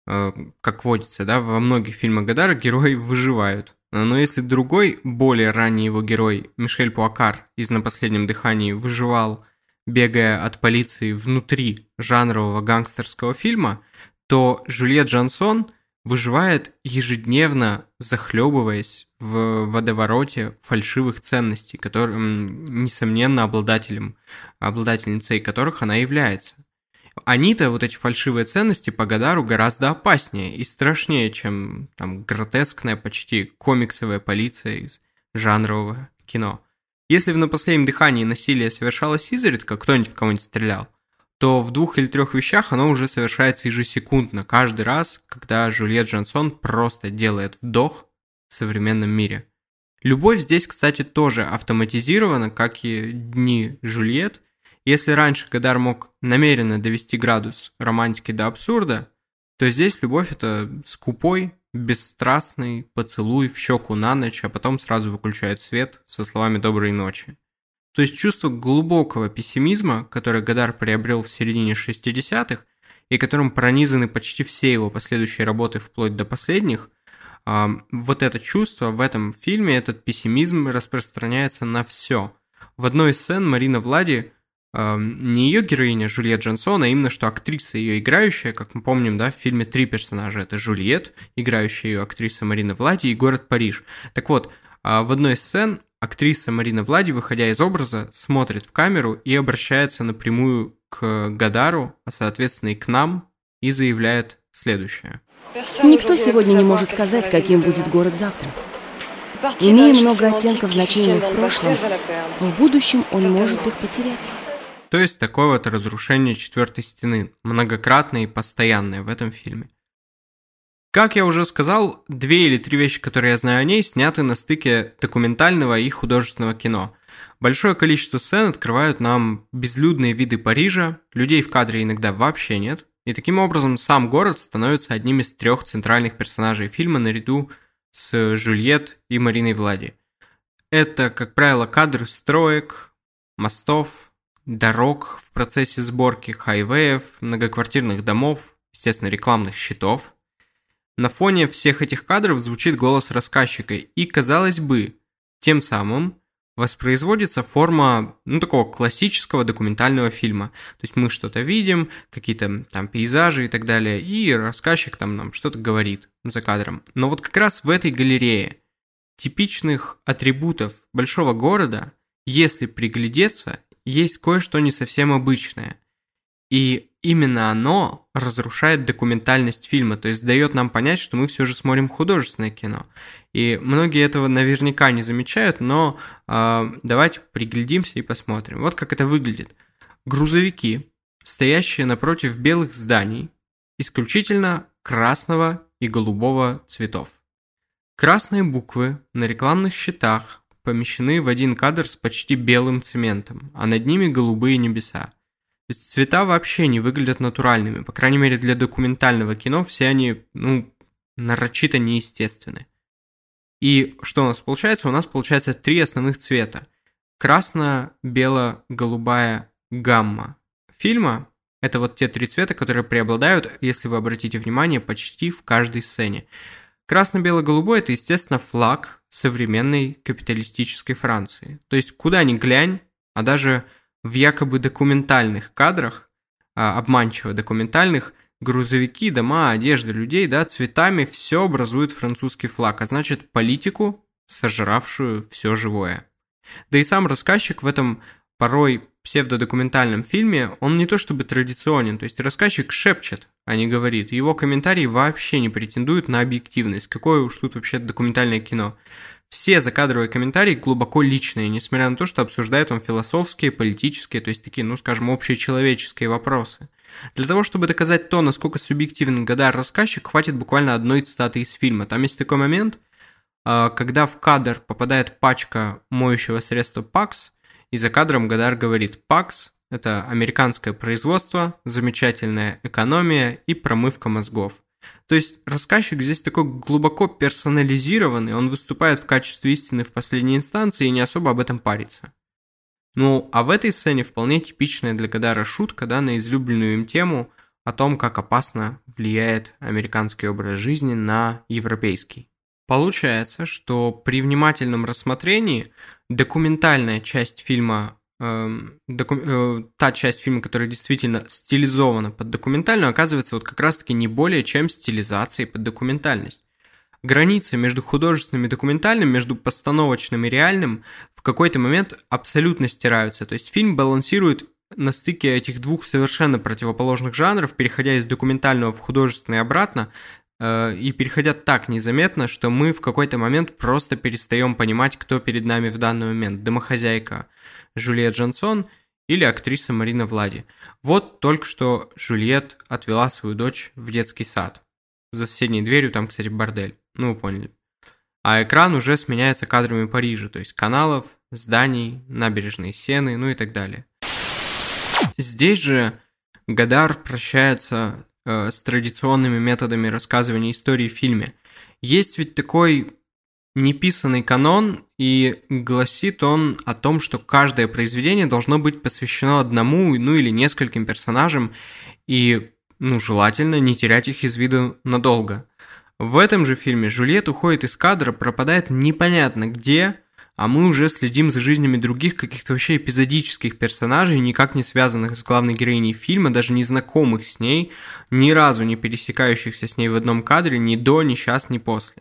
Как водится, да, во многих фильмах Годара герои выживают. Но если другой, более ранний его герой, Мишель Пуакар из «На последнем дыхании» выживал, бегая от полиции внутри жанрового гангстерского фильма, то Жюльет Жансон выживает ежедневно, захлебываясь в водовороте фальшивых ценностей, которым, несомненно, обладательницей которых она является. Они-то, вот эти фальшивые ценности, по Годару гораздо опаснее и страшнее, чем гротескная, почти комиксовая полиция из жанрового кино. Если в «На последнем дыхании» насилие совершалось изредка, кто-нибудь в кого-нибудь стрелял, то в 2 или 3 вещах оно уже совершается ежесекундно, каждый раз, когда Жюльет Жансон просто делает вдох в современном мире. Любовь здесь, кстати, тоже автоматизирована, как и дни Жюльет. Если раньше Годар мог намеренно довести градус романтики до абсурда, то здесь любовь – это скупой, бесстрастный поцелуй в щеку на ночь, а потом сразу выключают свет со словами «доброй ночи». То есть чувство глубокого пессимизма, которое Годар приобрел в середине 60-х и которым пронизаны почти все его последующие работы вплоть до последних, вот это чувство в этом фильме, этот пессимизм распространяется на все. В одной из сцен Марина Влади, не ее героиня Жюльет Жансон, а именно что актриса ее играющая, как мы помним, да, в фильме 3 персонажа. Это Жюльет, играющая ее актриса Марина Влади, и город Париж. Так вот, в одной из сцен актриса Марина Влади, выходя из образа, смотрит в камеру и обращается напрямую к Годару, а соответственно и к нам, и заявляет следующее. Никто сегодня не может сказать, каким будет город завтра. Имея много оттенков значения в прошлом, в будущем он может их потерять. То есть такое вот разрушение 4-й стены, многократное и постоянное в этом фильме. Как я уже сказал, 2 или 3 вещи, которые я знаю о ней, сняты на стыке документального и художественного кино. Большое количество сцен открывают нам безлюдные виды Парижа, людей в кадре иногда вообще нет, и таким образом сам город становится одним из 3 центральных персонажей фильма наряду с Жюльет и Мариной Влади. Это, как правило, кадры строек, мостов, дорог в процессе сборки, хайвеев, многоквартирных домов, естественно, рекламных щитов. На фоне всех этих кадров звучит голос рассказчика, и, казалось бы, тем самым воспроизводится форма, такого классического документального фильма. То есть мы что-то видим, какие-то там пейзажи и так далее, и рассказчик там нам что-то говорит за кадром. Но вот как раз в этой галерее типичных атрибутов большого города, если приглядеться, есть кое-что не совсем обычное. И именно оно разрушает документальность фильма, то есть дает нам понять, что мы все же смотрим художественное кино. И многие этого наверняка не замечают, но давайте приглядимся и посмотрим. Вот как это выглядит. Грузовики, стоящие напротив белых зданий, исключительно красного и голубого цветов. Красные буквы на рекламных щитах помещены в один кадр с почти белым цементом, а над ними голубые небеса. То есть цвета вообще не выглядят натуральными, по крайней мере для документального кино все они, нарочито неестественны. И что у нас получается? У нас получается 3 основных цвета. Красно-бело-голубая гамма фильма – это вот те 3 цвета, которые преобладают, если вы обратите внимание, почти в каждой сцене. Красно-бело-голубой – это, естественно, флаг современной капиталистической Франции. То есть куда ни глянь, а даже в якобы документальных кадрах, обманчиво документальных, грузовики, дома, одежда людей, цветами все образует французский флаг, а значит политику, сожравшую все живое. Да и сам рассказчик в этом порой псевдодокументальном фильме, он не то чтобы традиционен, то есть рассказчик шепчет, а не говорит. Его комментарии вообще не претендуют на объективность. Какое уж тут вообще документальное кино. Все закадровые комментарии глубоко личные, несмотря на то, что обсуждает он философские, политические, то есть такие, общечеловеческие вопросы. Для того, чтобы доказать то, насколько субъективен Годар-рассказчик, хватит буквально одной цитаты из фильма. Там есть такой момент, когда в кадр попадает пачка моющего средства Pax, и за кадром Годар говорит: Pax – это американское производство, замечательная экономия и промывка мозгов. То есть рассказчик здесь такой глубоко персонализированный, он выступает в качестве истины в последней инстанции и не особо об этом парится. А в этой сцене вполне типичная для Годара шутка, на излюбленную им тему о том, как опасно влияет американский образ жизни на европейский. Получается, что при внимательном рассмотрении документальная часть фильма, та часть фильма, которая действительно стилизована под документальную, оказывается как раз-таки не более чем стилизацией под документальность. Границы между художественным и документальным, между постановочным и реальным в какой-то момент абсолютно стираются. То есть фильм балансирует на стыке этих двух совершенно противоположных жанров, переходя из документального в художественный и обратно, и переходя так незаметно, что мы в какой-то момент просто перестаем понимать, кто перед нами в данный момент. Домохозяйка Жюльет Жансон или актриса Марина Влади. Вот только что Жюльет отвела свою дочь в детский сад. За соседней дверью там, кстати, бордель. Вы поняли. А экран уже сменяется кадрами Парижа, то есть каналов, зданий, набережной Сены, и так далее. Здесь же Годар прощается с традиционными методами рассказывания истории в фильме. Есть ведь такой неписанный канон, и гласит он о том, что каждое произведение должно быть посвящено одному, или нескольким персонажам, и, желательно не терять их из виду надолго. В этом же фильме Жюльет уходит из кадра, пропадает непонятно где, а мы уже следим за жизнями других каких-то вообще эпизодических персонажей, никак не связанных с главной героиней фильма, даже не знакомых с ней, ни разу не пересекающихся с ней в одном кадре ни до, ни сейчас, ни после.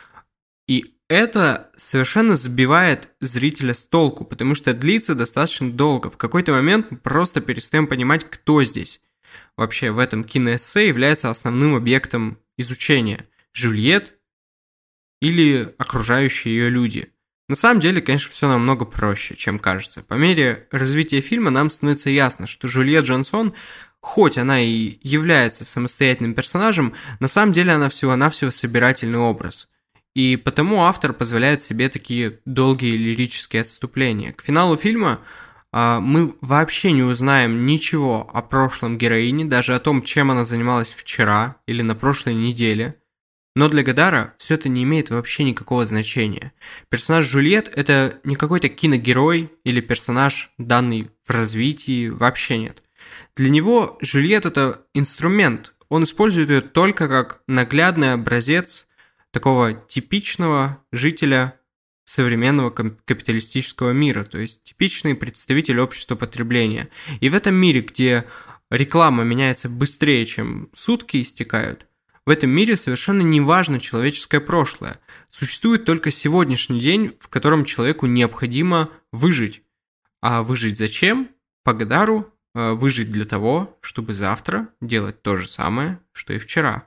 И это совершенно сбивает зрителя с толку, потому что длится достаточно долго. В какой-то момент мы просто перестаем понимать, кто здесь вообще в этом киноэссе является основным объектом изучения. Жюльет или окружающие ее люди. На самом деле, конечно, все намного проще, чем кажется. По мере развития фильма нам становится ясно, что Жюльет Жансон, хоть она и является самостоятельным персонажем, на самом деле она всего-навсего собирательный образ. И потому автор позволяет себе такие долгие лирические отступления. К финалу фильма мы вообще не узнаем ничего о прошлом героине, даже о том, чем она занималась вчера или на прошлой неделе. Но для Годара все это не имеет вообще никакого значения. Персонаж Жюльет – это не какой-то киногерой или персонаж, данный в развитии, вообще нет. Для него Жюльет – это инструмент, он использует ее только как наглядный образец такого типичного жителя современного капиталистического мира, то есть типичный представитель общества потребления. И в этом мире, где реклама меняется быстрее, чем сутки истекают, в этом мире совершенно не важно человеческое прошлое. Существует только сегодняшний день, в котором человеку необходимо выжить. А выжить зачем? По Годару выжить для того, чтобы завтра делать то же самое, что и вчера.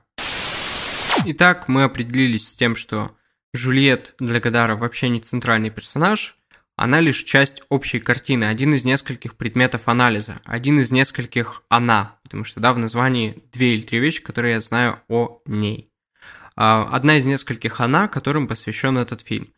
Итак, мы определились с тем, что Жюльет для Годара вообще не центральный персонаж, она лишь часть общей картины, один из нескольких предметов анализа, один из нескольких «она», потому что, да, в названии 2 или 3 вещи, которые я знаю о ней. Одна из нескольких «она», которым посвящен этот фильм.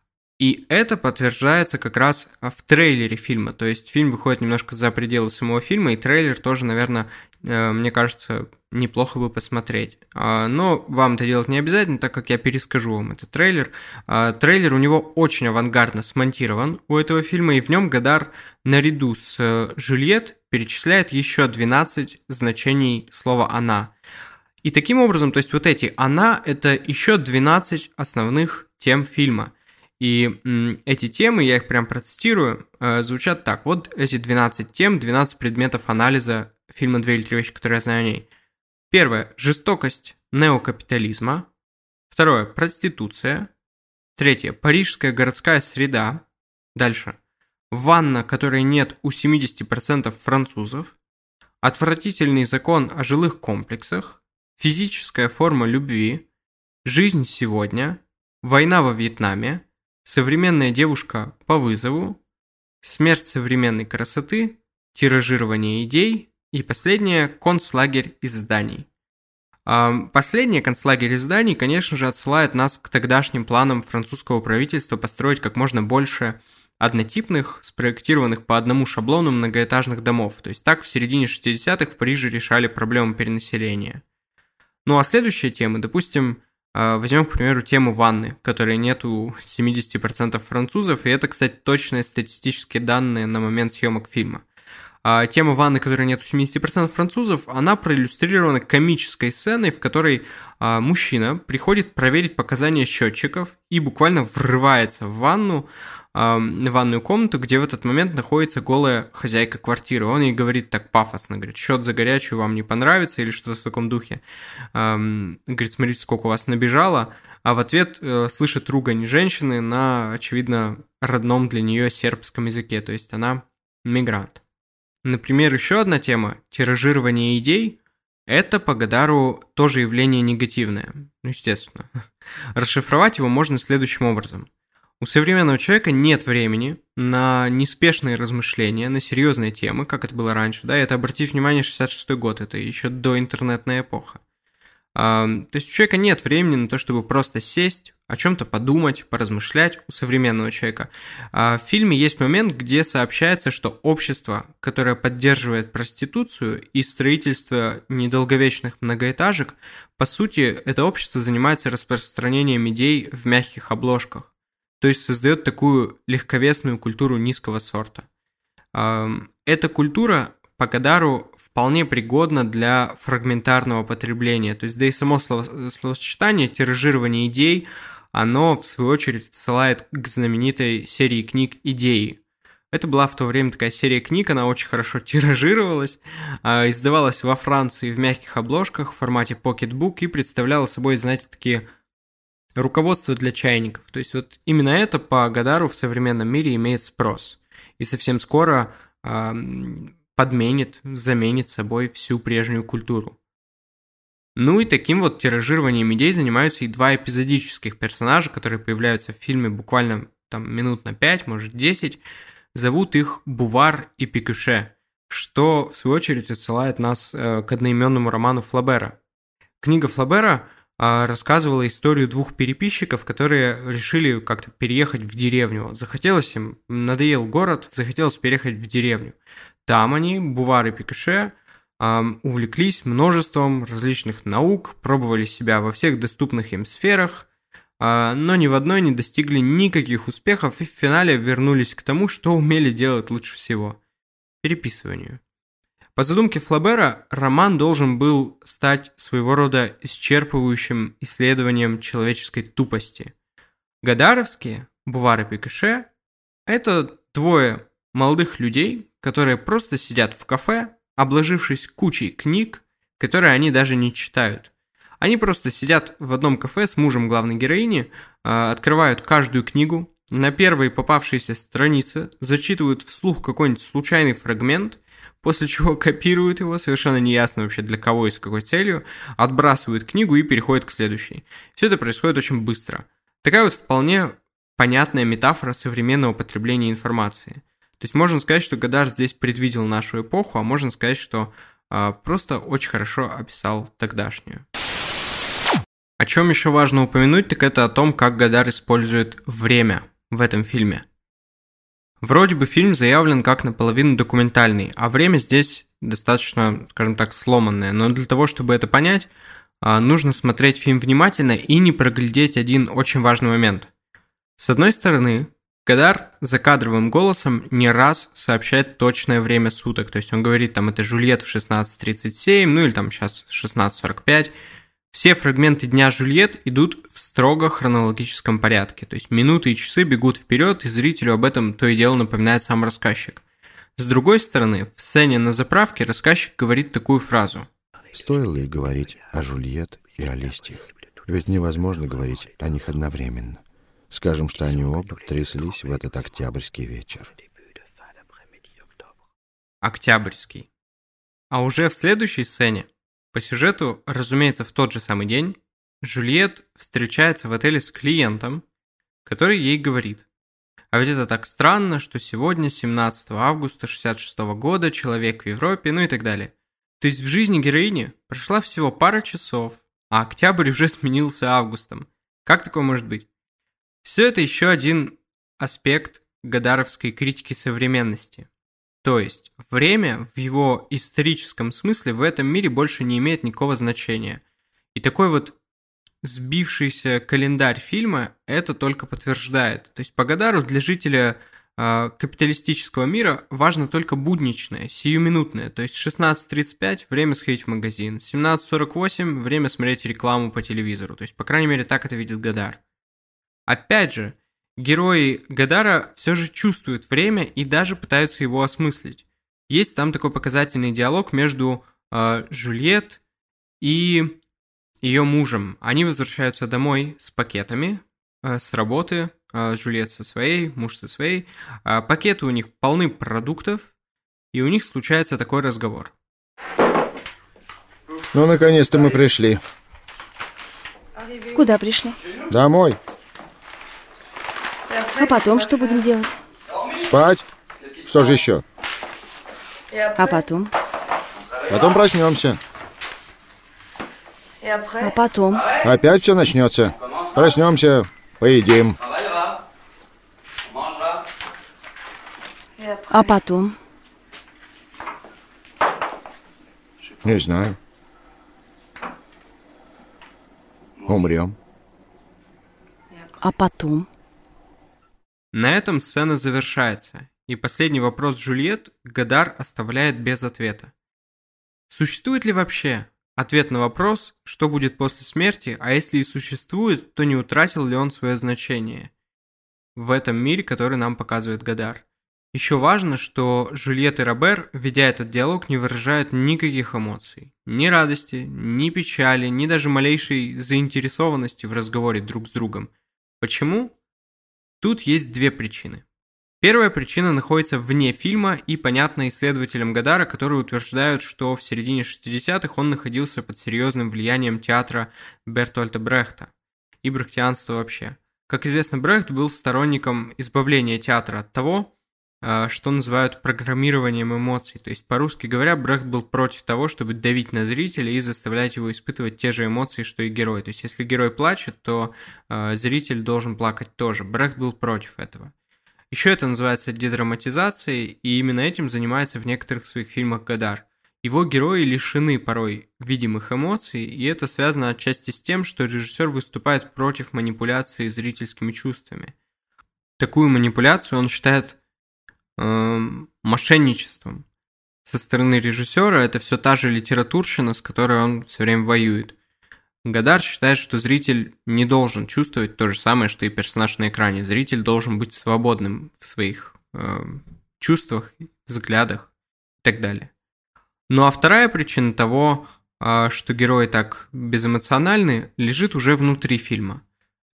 И это подтверждается как раз в трейлере фильма, то есть фильм выходит немножко за пределы самого фильма, и трейлер тоже, наверное, мне кажется, неплохо бы посмотреть. Но вам это делать не обязательно, так как я перескажу вам этот трейлер. Трейлер у него очень авангардно смонтирован у этого фильма, и в нем Годар наряду с Жюльет перечисляет еще 12 значений слова «она». И таким образом, то есть вот эти «она» — это еще 12 основных тем фильма. И эти темы, я их прям процитирую, звучат так. Вот эти 12 тем, 12 предметов анализа фильма «2 или 3 вещи, которые я знаю о ней». Первое – жестокость неокапитализма. Второе – проституция. Третье – парижская городская среда. Дальше. Ванна, которой нет у 70% французов. Отвратительный закон о жилых комплексах. Физическая форма любви. Жизнь сегодня. Война во Вьетнаме. Современная девушка по вызову. Смерть современной красоты. Тиражирование идей. И последнее – концлагерь изданий. Последнее концлагерь изданий, конечно же, отсылает нас к тогдашним планам французского правительства построить как можно больше однотипных, спроектированных по одному шаблону многоэтажных домов. То есть так в середине 60-х в Париже решали проблему перенаселения. Ну а следующая тема, допустим, возьмем, к примеру, тему ванны, которой нет у 70% французов, и это, кстати, точные статистические данные на момент съемок фильма. Тема ванны, которой нет у 70% французов, она проиллюстрирована комической сценой, в которой мужчина приходит проверить показания счетчиков и буквально врывается в ванную комнату, где в этот момент находится голая хозяйка квартиры. Он ей говорит так пафосно, говорит, счет за горячую вам не понравится или что-то в таком духе. Говорит, смотрите, сколько у вас набежало. А в ответ слышит ругань женщины на, очевидно, родном для нее сербском языке, то есть она мигрант. Например, еще одна тема – тиражирование идей – это по Годару тоже явление негативное. Ну, естественно. Расшифровать его можно следующим образом. У современного человека нет времени на неспешные размышления, на серьезные темы, как это было раньше. Да, это, обратите внимание, 66-й год, это еще доинтернетная эпоха. То есть у человека нет времени на то, чтобы просто сесть, о чем-то подумать, поразмышлять у современного человека. В фильме есть момент, где сообщается, что общество, которое поддерживает проституцию и строительство недолговечных многоэтажек, по сути, это общество занимается распространением идей в мягких обложках. То есть создает такую легковесную культуру низкого сорта. Эта культура по Годару вполне пригодна для фрагментарного потребления. То есть, да и само словосочетание «тиражирование идей», оно, в свою очередь, отсылает к знаменитой серии книг «Идеи». Это была в то время такая серия книг, она очень хорошо тиражировалась, издавалась во Франции в мягких обложках в формате pocketbook и представляла собой, знаете, такие руководства для чайников. То есть, вот именно это по Годару в современном мире имеет спрос. И совсем скоро заменит собой всю прежнюю культуру. Ну и таким вот тиражированием идей занимаются и 2 эпизодических персонажа, которые появляются в фильме буквально там минут на 5, может 10. Зовут их Бувар и Пикюше, что в свою очередь отсылает нас к одноименному роману Флобера. Книга Флобера рассказывала историю 2 переписчиков, которые решили как-то переехать в деревню. Вот захотелось им, надоел город, захотелось переехать в деревню. Там они, Бувар и Пикюше, увлеклись множеством различных наук, пробовали себя во всех доступных им сферах, но ни в одной не достигли никаких успехов и в финале вернулись к тому, что умели делать лучше всего – переписыванию. По задумке Флобера, роман должен был стать своего рода исчерпывающим исследованием человеческой тупости. Годаровские, Бувар и Пикюше – это 2 молодых людей, которые просто сидят в кафе, обложившись кучей книг, которые они даже не читают. Они просто сидят в одном кафе с мужем главной героини, открывают каждую книгу, на первой попавшейся странице зачитывают вслух какой-нибудь случайный фрагмент, после чего копируют его, совершенно неясно вообще для кого и с какой целью, отбрасывают книгу и переходят к следующей. Все это происходит очень быстро. Такая вот вполне понятная метафора современного потребления информации. То есть можно сказать, что Годар здесь предвидел нашу эпоху, а можно сказать, что просто очень хорошо описал тогдашнюю. О чем еще важно упомянуть, так это о том, как Годар использует время в этом фильме. Вроде бы фильм заявлен как наполовину документальный, а время здесь достаточно, скажем так, сломанное. Но для того, чтобы это понять, нужно смотреть фильм внимательно и не проглядеть один очень важный момент. С одной стороны, Годар закадровым голосом не раз сообщает точное время суток. То есть он говорит, там, это Жюльет в 16:37, ну или там сейчас 16:45. Все фрагменты дня Жюльет идут в строго хронологическом порядке, то есть минуты и часы бегут вперед, и зрителю об этом то и дело напоминает сам рассказчик. С другой стороны, в сцене на заправке рассказчик говорит такую фразу. Стоило ли говорить о Жюльет и о листьях? Ведь невозможно говорить о них одновременно. Скажем, что они оба тряслись в этот октябрьский вечер. Октябрьский. А уже в следующей сцене, по сюжету, разумеется, в тот же самый день, Жюльет встречается в отеле с клиентом, который ей говорит: а ведь это так странно, что сегодня, 17 августа 1966 года, человек в Европе, ну и так далее. То есть в жизни героини прошла всего пара часов, а октябрь уже сменился августом. Как такое может быть? Все это еще один аспект годаровской критики современности. То есть время в его историческом смысле в этом мире больше не имеет никакого значения. И такой вот сбившийся календарь фильма это только подтверждает. То есть по Годару для жителя капиталистического мира важно только будничное, сиюминутное. То есть 16:35 время сходить в магазин, 17:48 время смотреть рекламу по телевизору. То есть, по крайней мере, так это видит Годар. Опять же, герои Годара все же чувствуют время и даже пытаются его осмыслить. Есть там такой показательный диалог между Жюльет и ее мужем. Они возвращаются домой с пакетами с работы. Жюльет со своей, муж со своей. Пакеты у них полны продуктов, и у них случается такой разговор. Ну, наконец-то мы пришли. Куда пришли? Домой. А потом что будем делать? Спать? Что же еще? А потом? Потом проснемся. А потом? Опять все начнется. Проснемся, поедим. А потом? Не знаю. Умрем. А потом? На этом сцена завершается, и последний вопрос Жюльет Годар оставляет без ответа. Существует ли вообще ответ на вопрос, что будет после смерти, а если и существует, то не утратил ли он свое значение в этом мире, который нам показывает Годар? Еще важно, что Жюльет и Робер, ведя этот диалог, не выражают никаких эмоций. Ни радости, ни печали, ни даже малейшей заинтересованности в разговоре друг с другом. Почему? Тут есть две причины. Первая причина находится вне фильма и понятна исследователям Годара, которые утверждают, что в середине 60-х он находился под серьезным влиянием театра Бертольта Брехта и брехтианства вообще. Как известно, Брехт был сторонником избавления театра от того, что называют программированием эмоций. То есть, по-русски говоря, Брехт был против того, чтобы давить на зрителя и заставлять его испытывать те же эмоции, что и герой. То есть, если герой плачет, то зритель должен плакать тоже. Брехт был против этого. Еще это называется дедраматизацией, и именно этим занимается в некоторых своих фильмах Годар. Его герои лишены порой видимых эмоций, и это связано отчасти с тем, что режиссер выступает против манипуляции зрительскими чувствами. Такую манипуляцию он считает мошенничеством со стороны режиссера. Это все та же литературщина, с которой он все время воюет. Годар считает, что зритель не должен чувствовать то же самое, что и персонаж на экране. Зритель должен быть свободным в своих чувствах, взглядах и так далее. Ну а вторая причина того, что герои так безэмоциональны, лежит уже внутри фильма.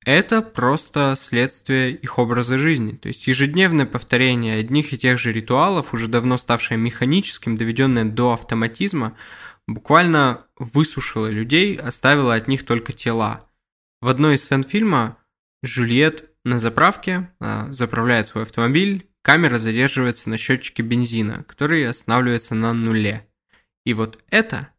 это просто следствие их образа жизни. То есть ежедневное повторение одних и тех же ритуалов, уже давно ставшее механическим, доведенное до автоматизма, буквально высушило людей, оставило от них только тела. В одной из сцен фильма Жюльет на заправке заправляет свой автомобиль, камера задерживается на счетчике бензина, который останавливается на нуле. И вот это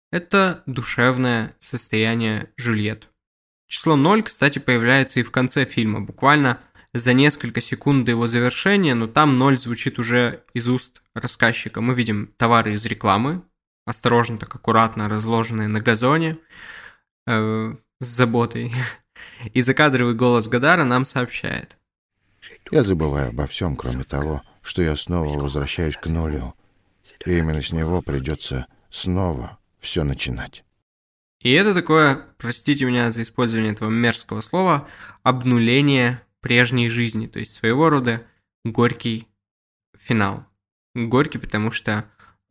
душевное состояние Жюльет. Число 0, кстати, появляется и в конце фильма, буквально за несколько секунд до его завершения, но там 0 звучит уже из уст рассказчика. Мы видим товары из рекламы, осторожно, так аккуратно разложенные на газоне, с заботой. И закадровый голос Годара нам сообщает: «Я забываю обо всем, кроме того, что я снова возвращаюсь к нулю, и именно с него придется снова все начинать». И это такое, простите меня за использование этого мерзкого слова, обнуление прежней жизни, то есть своего рода горький финал. Горький, потому что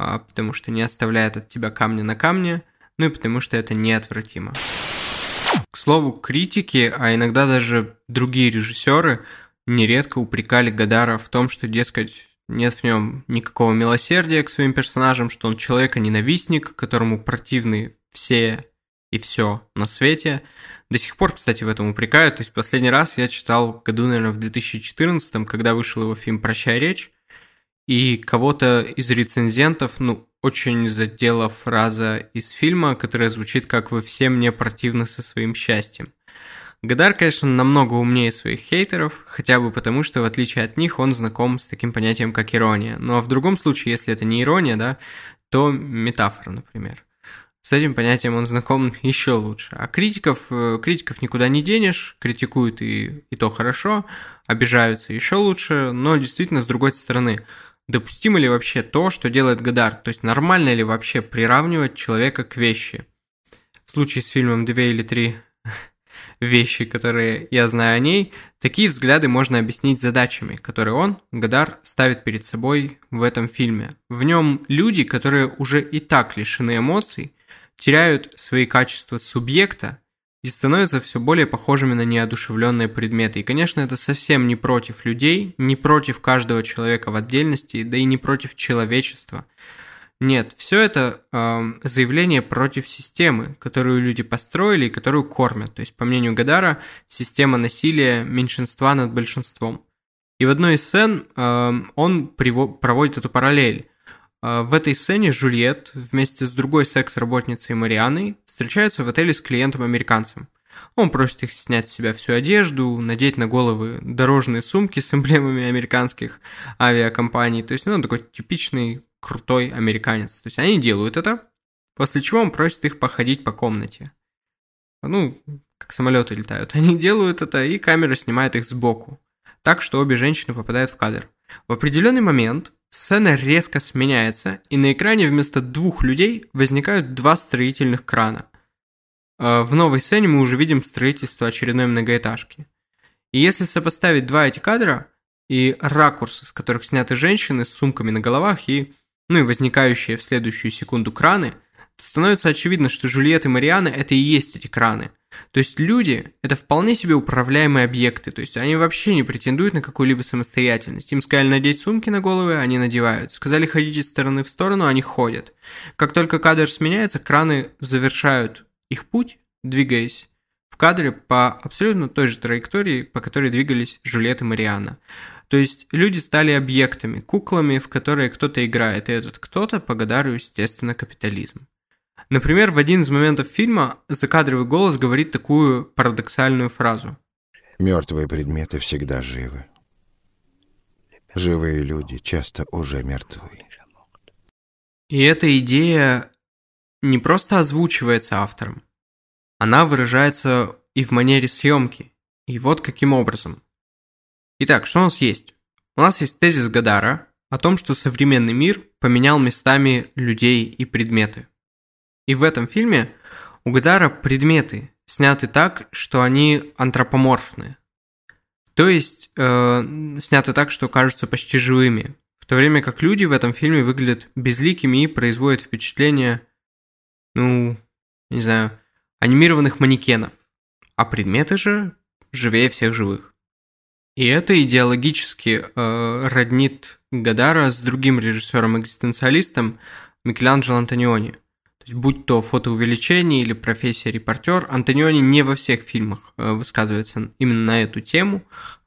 не оставляет от тебя камня на камне, ну и потому что это неотвратимо. К слову, критики, а иногда даже другие режиссеры нередко упрекали Годара в том, что, дескать, нет в нем никакого милосердия к своим персонажам, что он человека-ненавистник, которому противны все и все на свете. До сих пор, кстати, в этом упрекают. То есть последний раз я читал году, наверное, в 2014, когда вышел его фильм «Прощай, речь», и кого-то из рецензентов, очень задела фраза из фильма, которая звучит как «Вы все мне противны со своим счастьем». Годар, конечно, намного умнее своих хейтеров, хотя бы потому, что в отличие от них он знаком с таким понятием, как ирония. Ну а в другом случае, если это не ирония, да, то метафора, например. С этим понятием он знаком еще лучше. А критиков никуда не денешь, критикуют и то хорошо, обижаются еще лучше, но действительно, с другой стороны, допустимо ли вообще то, что делает Годар? То есть нормально ли вообще приравнивать человека к вещи? В случае с фильмом «2 или 3 вещи, которые я знаю о ней», такие взгляды можно объяснить задачами, которые Годар, ставит перед собой в этом фильме. В нем люди, которые уже и так лишены эмоций, теряют свои качества субъекта и становятся все более похожими на неодушевленные предметы. И, конечно, это совсем не против людей, не против каждого человека в отдельности, да и не против человечества. Нет, все это заявление против системы, которую люди построили и которую кормят. То есть, по мнению Годара, система насилия меньшинства над большинством. И в одной из сцен он проводит эту параллель. В этой сцене Жюльет вместе с другой секс-работницей Марианной встречаются в отеле с клиентом-американцем. Он просит их снять с себя всю одежду, надеть на головы дорожные сумки с эмблемами американских авиакомпаний. То есть, такой типичный крутой американец. То есть, они делают это, после чего он просит их походить по комнате. Как самолеты летают. Они делают это, и камера снимает их сбоку, так что обе женщины попадают в кадр. В определенный момент сцена резко сменяется, и на экране вместо 2 людей возникают 2 строительных крана. В новой сцене мы уже видим строительство очередной многоэтажки. И если сопоставить 2 эти кадра и ракурсы, с которых сняты женщины с сумками на головах и возникающие в следующую секунду краны, то становится очевидно, что Жюльет и Марианна – это и есть эти краны. То есть люди – это вполне себе управляемые объекты, то есть они вообще не претендуют на какую-либо самостоятельность. Им сказали надеть сумки на головы, они надевают. Сказали ходить из стороны в сторону, они ходят. Как только кадр сменяется, краны завершают их путь, двигаясь в кадре по абсолютно той же траектории, по которой двигались Жюльет и Марианна. То есть люди стали объектами, куклами, в которые кто-то играет, и этот кто-то, по Годару, естественно, капитализм. Например, в один из моментов фильма закадровый голос говорит такую парадоксальную фразу. «Мертвые предметы всегда живы. Живые люди часто уже мертвы». И эта идея не просто озвучивается автором, она выражается и в манере съемки. И вот каким образом. Итак, что у нас есть? У нас есть тезис Годара о том, что современный мир поменял местами людей и предметы. И в этом фильме у Годара предметы сняты так, что они антропоморфны. То есть сняты так, что кажутся почти живыми. В то время как люди в этом фильме выглядят безликими и производят впечатление, анимированных манекенов. А предметы же живее всех живых. И это идеологически роднит Годара с другим режиссером-экзистенциалистом Микеланджело Антониони. То есть, будь то фотоувеличение или профессия репортер, Антониони не во всех фильмах высказывается именно на эту тему,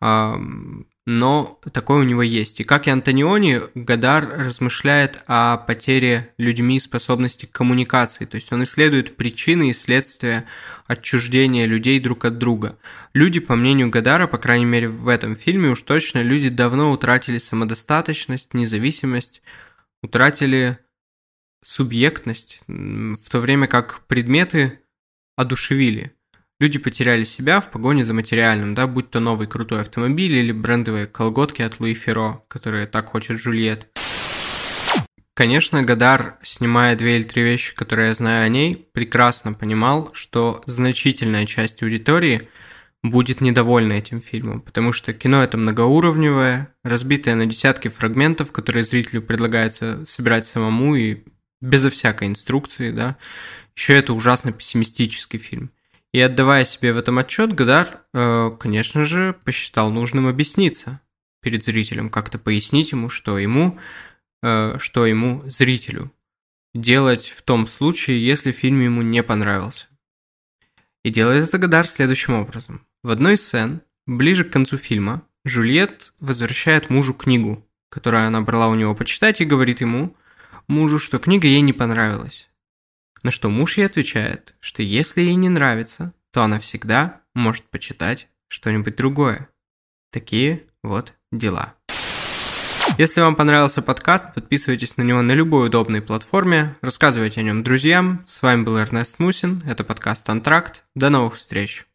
но такое у него есть. И как и Антониони, Годар размышляет о потере людьми способности к коммуникации. То есть он исследует причины и следствия отчуждения людей друг от друга. Люди, по мнению Годара, по крайней мере в этом фильме уж точно, люди давно утратили самодостаточность, независимость, утратили субъектность, в то время как предметы одушевили. Люди потеряли себя в погоне за материальным, да, будь то новый крутой автомобиль или брендовые колготки от Луи Ферро, которые так хочет Жюльет. Конечно, Годар, снимая 2 или 3 вещи, которые я знаю о ней, прекрасно понимал, что значительная часть аудитории будет недовольна этим фильмом, потому что кино это многоуровневое, разбитое на десятки фрагментов, которые зрителю предлагается собирать самому и безо всякой инструкции, да. Еще это ужасно пессимистический фильм. И отдавая себе в этом отчет, Годар, конечно же, посчитал нужным объясниться перед зрителем, как-то пояснить ему, что ему, зрителю, делать в том случае, если фильм ему не понравился. И делает это Годар следующим образом. В одной из сцен, ближе к концу фильма, Жюльет возвращает мужу книгу, которую она брала у него почитать, и говорит мужу, что книга ей не понравилась. На что муж ей отвечает, что если ей не нравится, то она всегда может почитать что-нибудь другое. Такие вот дела. Если вам понравился подкаст, подписывайтесь на него на любой удобной платформе, рассказывайте о нем друзьям. С вами был Эрнест Мусин, это подкаст «Антракт». До новых встреч!